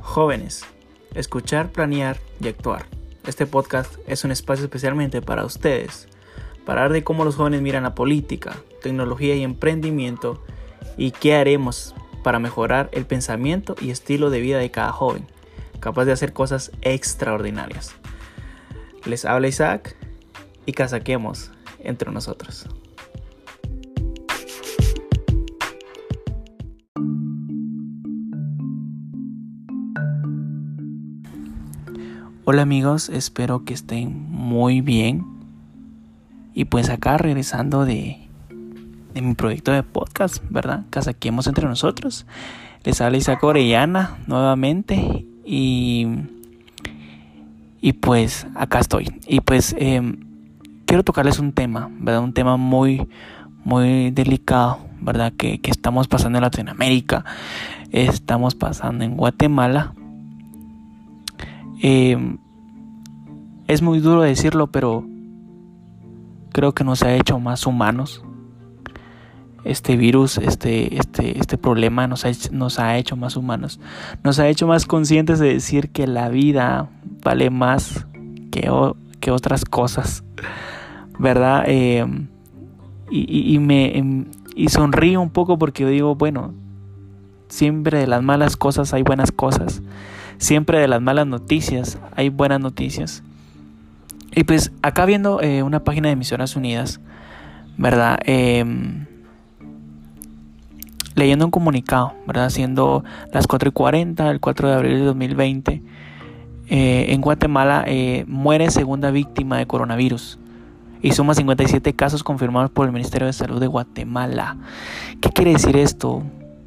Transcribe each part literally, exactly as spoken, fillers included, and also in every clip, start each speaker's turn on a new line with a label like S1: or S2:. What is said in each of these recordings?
S1: Jóvenes, escuchar, planear y actuar. Este podcast es un espacio especialmente para ustedes, para hablar de cómo los jóvenes miran la política, tecnología y emprendimiento y qué haremos para mejorar el pensamiento y estilo de vida de cada joven, capaz de hacer cosas extraordinarias. Les habla Isaac y casaquemos entre nosotros. Hola amigos, espero que estén muy bien. Y pues acá regresando de, de mi proyecto de podcast, ¿verdad? Casaquemos entre nosotros. Les habla Isaac Orellana nuevamente. Y, y pues acá estoy. Y pues eh, quiero tocarles un tema, ¿verdad? Un tema muy, muy delicado, ¿verdad? Que, que estamos pasando en Latinoamérica. Estamos pasando en Guatemala. Eh, es muy duro decirlo, pero creo que nos ha hecho más humanos. Este virus, este, este, este problema nos ha, nos ha hecho más humanos. Nos ha hecho más conscientes de decir que la vida vale más que, o, que otras cosas, ¿verdad? Eh, y, y, y me y sonrío un poco porque digo, bueno, siempre de las malas cosas hay buenas cosas. Siempre de las malas noticias hay buenas noticias. Y pues acá viendo eh, una página de Emisoras Unidas, ¿verdad? Eh, leyendo un comunicado, ¿verdad? Siendo las cuatro y cuarenta, el cuatro de abril de dos mil veinte, eh, en Guatemala eh, muere segunda víctima de coronavirus y suma cincuenta y siete casos confirmados por el Ministerio de Salud de Guatemala. ¿Qué quiere decir esto?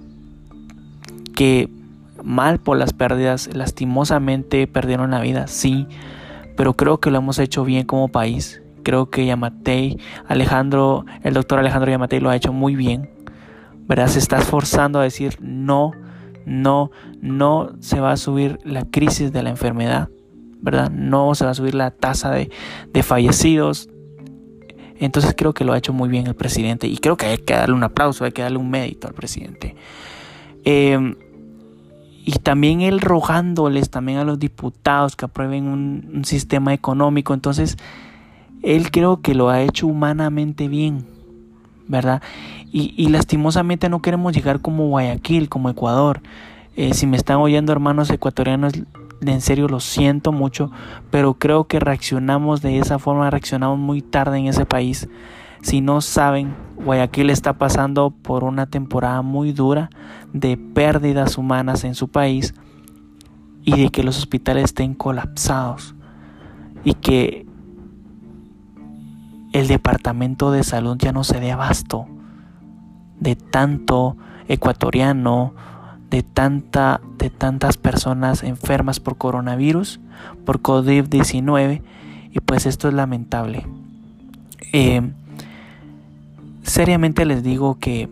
S1: Que mal por las pérdidas, lastimosamente perdieron la vida, sí, pero creo que lo hemos hecho bien como país. Creo que Yamatei, Alejandro, el doctor Alejandro Yamatei lo ha hecho muy bien, ¿verdad? Se está esforzando a decir no, no, no se va a subir la crisis de la enfermedad, ¿verdad? No se va a subir la tasa de, de fallecidos. Entonces creo que lo ha hecho muy bien el presidente y creo que hay que darle un aplauso, hay que darle un mérito al presidente. Eh, Y también él rogándoles también a los diputados que aprueben un, un sistema económico. Entonces, él creo que lo ha hecho humanamente bien, ¿verdad? Y, y lastimosamente no queremos llegar como Guayaquil, como Ecuador. Eh, si me están oyendo hermanos ecuatorianos, en serio lo siento mucho, pero creo que reaccionamos de esa forma, reaccionamos muy tarde en ese país. Si no saben, Guayaquil está pasando por una temporada muy dura de pérdidas humanas en su país y de que los hospitales estén colapsados y que el departamento de salud ya no se dé abasto de tanto ecuatoriano, de tanta, de tantas personas enfermas por coronavirus, por covid diecinueve, y pues esto es lamentable. Eh, Seriamente les digo que,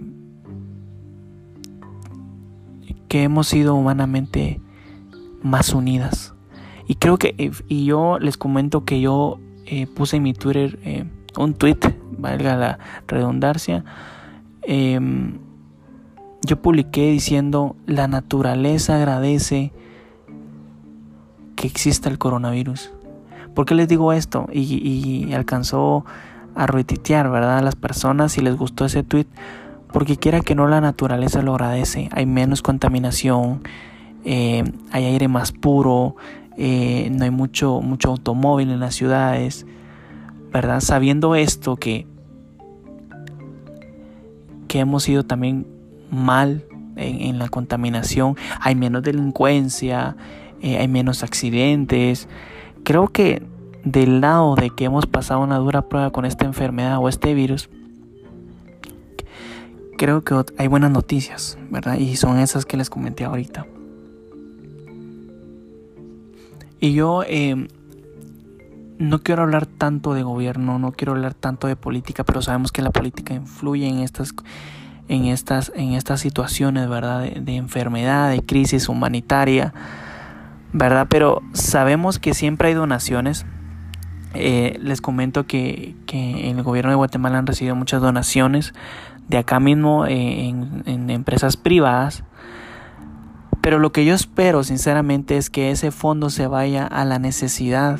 S1: que hemos sido humanamente más unidas. Y creo que, y yo les comento que yo eh, puse en mi Twitter eh, un tweet, valga la redundancia. Eh, yo publiqué diciendo: la naturaleza agradece que exista el coronavirus. ¿Por qué les digo esto? Y, y alcanzó a retuitear, ¿verdad? A las personas si les gustó ese tweet, porque quiera que no, la naturaleza lo agradece. Hay menos contaminación, eh, hay aire más puro, eh, no hay mucho, mucho automóvil en las ciudades, ¿verdad? Sabiendo esto, que, que hemos ido también mal en, en la contaminación, hay menos delincuencia, eh, hay menos accidentes. Creo que del lado de que hemos pasado una dura prueba con esta enfermedad o este virus, creo que hay buenas noticias, ¿verdad? Y son esas que les comenté ahorita. Y yo eh, no quiero hablar tanto de gobierno, no quiero hablar tanto de política, pero sabemos que la política influye en estas, en estas, en estas situaciones, ¿verdad? De, de enfermedad, de crisis humanitaria, ¿verdad? Pero sabemos que siempre hay donaciones. Eh, les comento que, que en el gobierno de Guatemala han recibido muchas donaciones de acá mismo eh, en, en empresas privadas, Pero lo que yo espero sinceramente es que ese fondo se vaya a la necesidad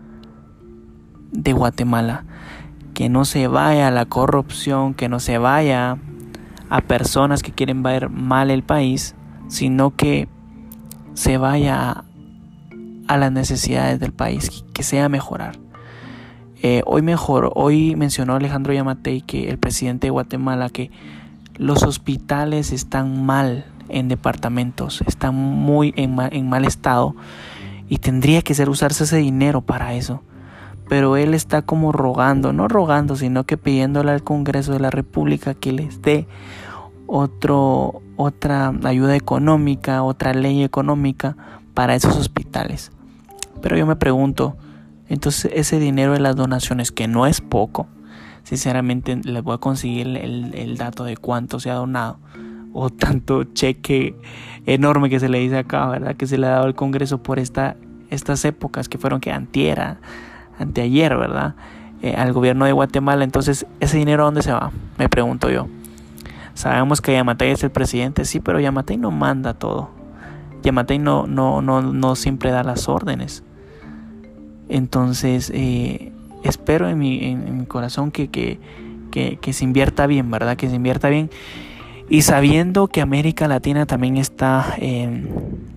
S1: de Guatemala, que no se vaya a la corrupción, que no se vaya a personas que quieren ver mal el país, sino que se vaya a, a las necesidades del país, que sea mejorar. Eh, hoy mejor, hoy mencionó Alejandro Yamatei, que el presidente de Guatemala, que los hospitales están mal en departamentos, están muy en mal, en mal estado, y tendría que ser usarse ese dinero para eso. Pero él está como rogando, no rogando, sino que pidiéndole al Congreso de la República que les dé otro, otra ayuda económica, otra ley económica para esos hospitales. Pero yo me pregunto, entonces ese dinero de las donaciones, que no es poco, sinceramente les voy a conseguir el, el dato de cuánto se ha donado, o tanto cheque enorme que se le dice acá, ¿verdad? Que se le ha dado al Congreso por esta, estas épocas que fueron que antiera, anteayer, ¿verdad? Eh, al gobierno de Guatemala. Entonces, ¿ese dinero a dónde se va? Me pregunto yo. Sabemos que Yamatei es el presidente, sí, pero Yamatei no manda todo. Yamatei no, no, no, no siempre da las órdenes. Entonces, eh, espero en mi, en, en mi corazón que, que, que, que se invierta bien, ¿verdad? Que se invierta bien. Y sabiendo que América Latina también está eh,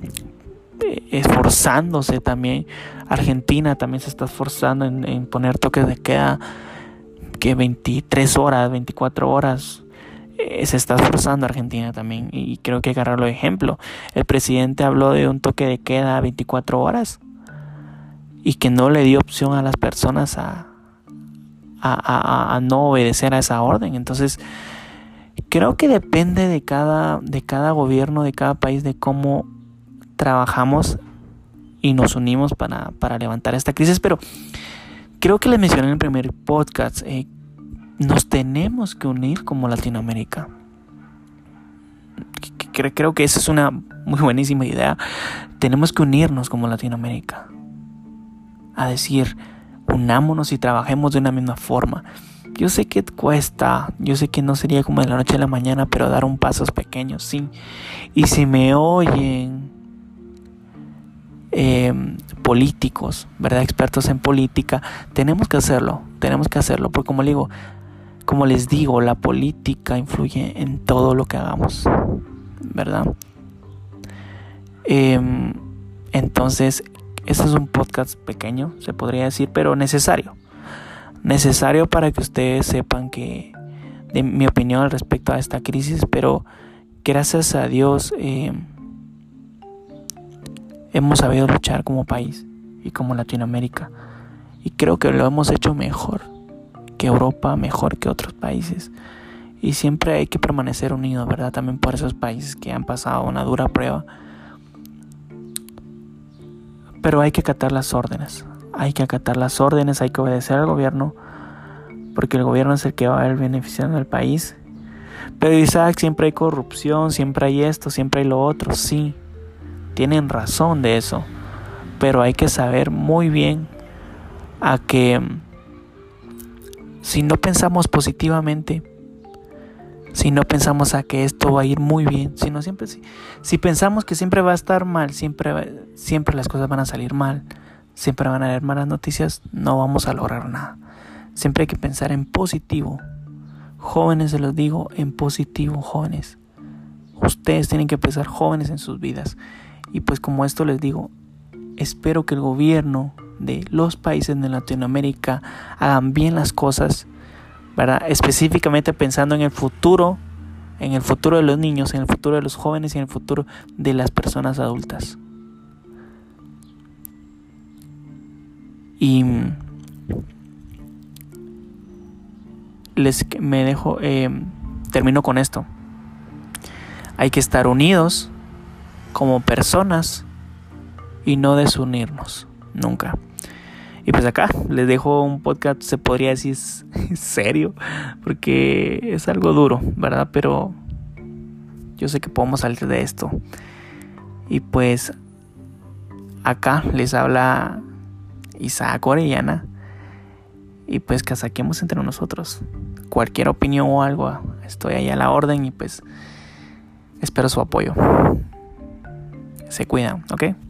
S1: esforzándose también, Argentina también se está esforzando en, en poner toques de queda, que veintitrés horas, veinticuatro horas, eh, se está esforzando Argentina también, y creo que hay que agarrarlo de ejemplo. El presidente habló de un toque de queda a veinticuatro horas y que no le dio opción a las personas a, a, a, a no obedecer a esa orden. Entonces, creo que depende de cada, de cada gobierno, de cada país, de cómo trabajamos y nos unimos para, para levantar esta crisis. Pero creo que les mencioné en el primer podcast, eh, nos tenemos que unir como Latinoamérica. Creo, creo que esa es una muy buenísima idea. Tenemos que unirnos como Latinoamérica, a decir, unámonos y trabajemos de una misma forma. Yo sé que cuesta, yo sé que no sería como de la noche a la mañana, pero dar un pasos pequeños, sí. Y si me oyen eh, políticos, ¿verdad? Expertos en política, tenemos que hacerlo, tenemos que hacerlo, porque como les digo, como les digo, la política influye en todo lo que hagamos, ¿verdad? Eh, entonces, este es un podcast pequeño, se podría decir, pero necesario. Necesario para que ustedes sepan que de mi opinión al respecto a esta crisis, pero gracias a Dios eh, hemos sabido luchar como país y como Latinoamérica, y creo que lo hemos hecho mejor que Europa, mejor que otros países, y siempre hay que permanecer unidos, ¿verdad? También por esos países que han pasado una dura prueba, pero hay que acatar las órdenes. Hay que acatar las órdenes, hay que obedecer al gobierno, porque el gobierno es el que va a ir beneficiando al país. Pero Isaac, siempre hay corrupción, siempre hay esto, siempre hay lo otro. Sí, tienen razón de eso, pero hay que saber muy bien a que si no pensamos positivamente, si no pensamos a que esto va a ir muy bien, sino siempre si, si pensamos que siempre va a estar mal, siempre, siempre las cosas van a salir mal, siempre van a haber malas noticias, no vamos a lograr nada. Siempre hay que pensar en positivo. Jóvenes, se los digo, en positivo, jóvenes. Ustedes tienen que pensar jóvenes en sus vidas. Y pues como esto les digo, espero que el gobierno de los países de Latinoamérica hagan bien las cosas, ¿verdad? Específicamente pensando en el futuro, en el futuro de los niños, en el futuro de los jóvenes y en el futuro de las personas adultas. Y les me dejo, eh, termino con esto. Hay que estar unidos como personas y no desunirnos nunca. Y pues acá les dejo un podcast, se podría decir serio, porque es algo duro, ¿verdad? Pero yo sé que podemos salir de esto. Y pues acá les habla Isaac Orellana, y pues que saquemos entre nosotros cualquier opinión o algo, estoy ahí a la orden, y pues espero su apoyo. Se cuidan, ¿ok?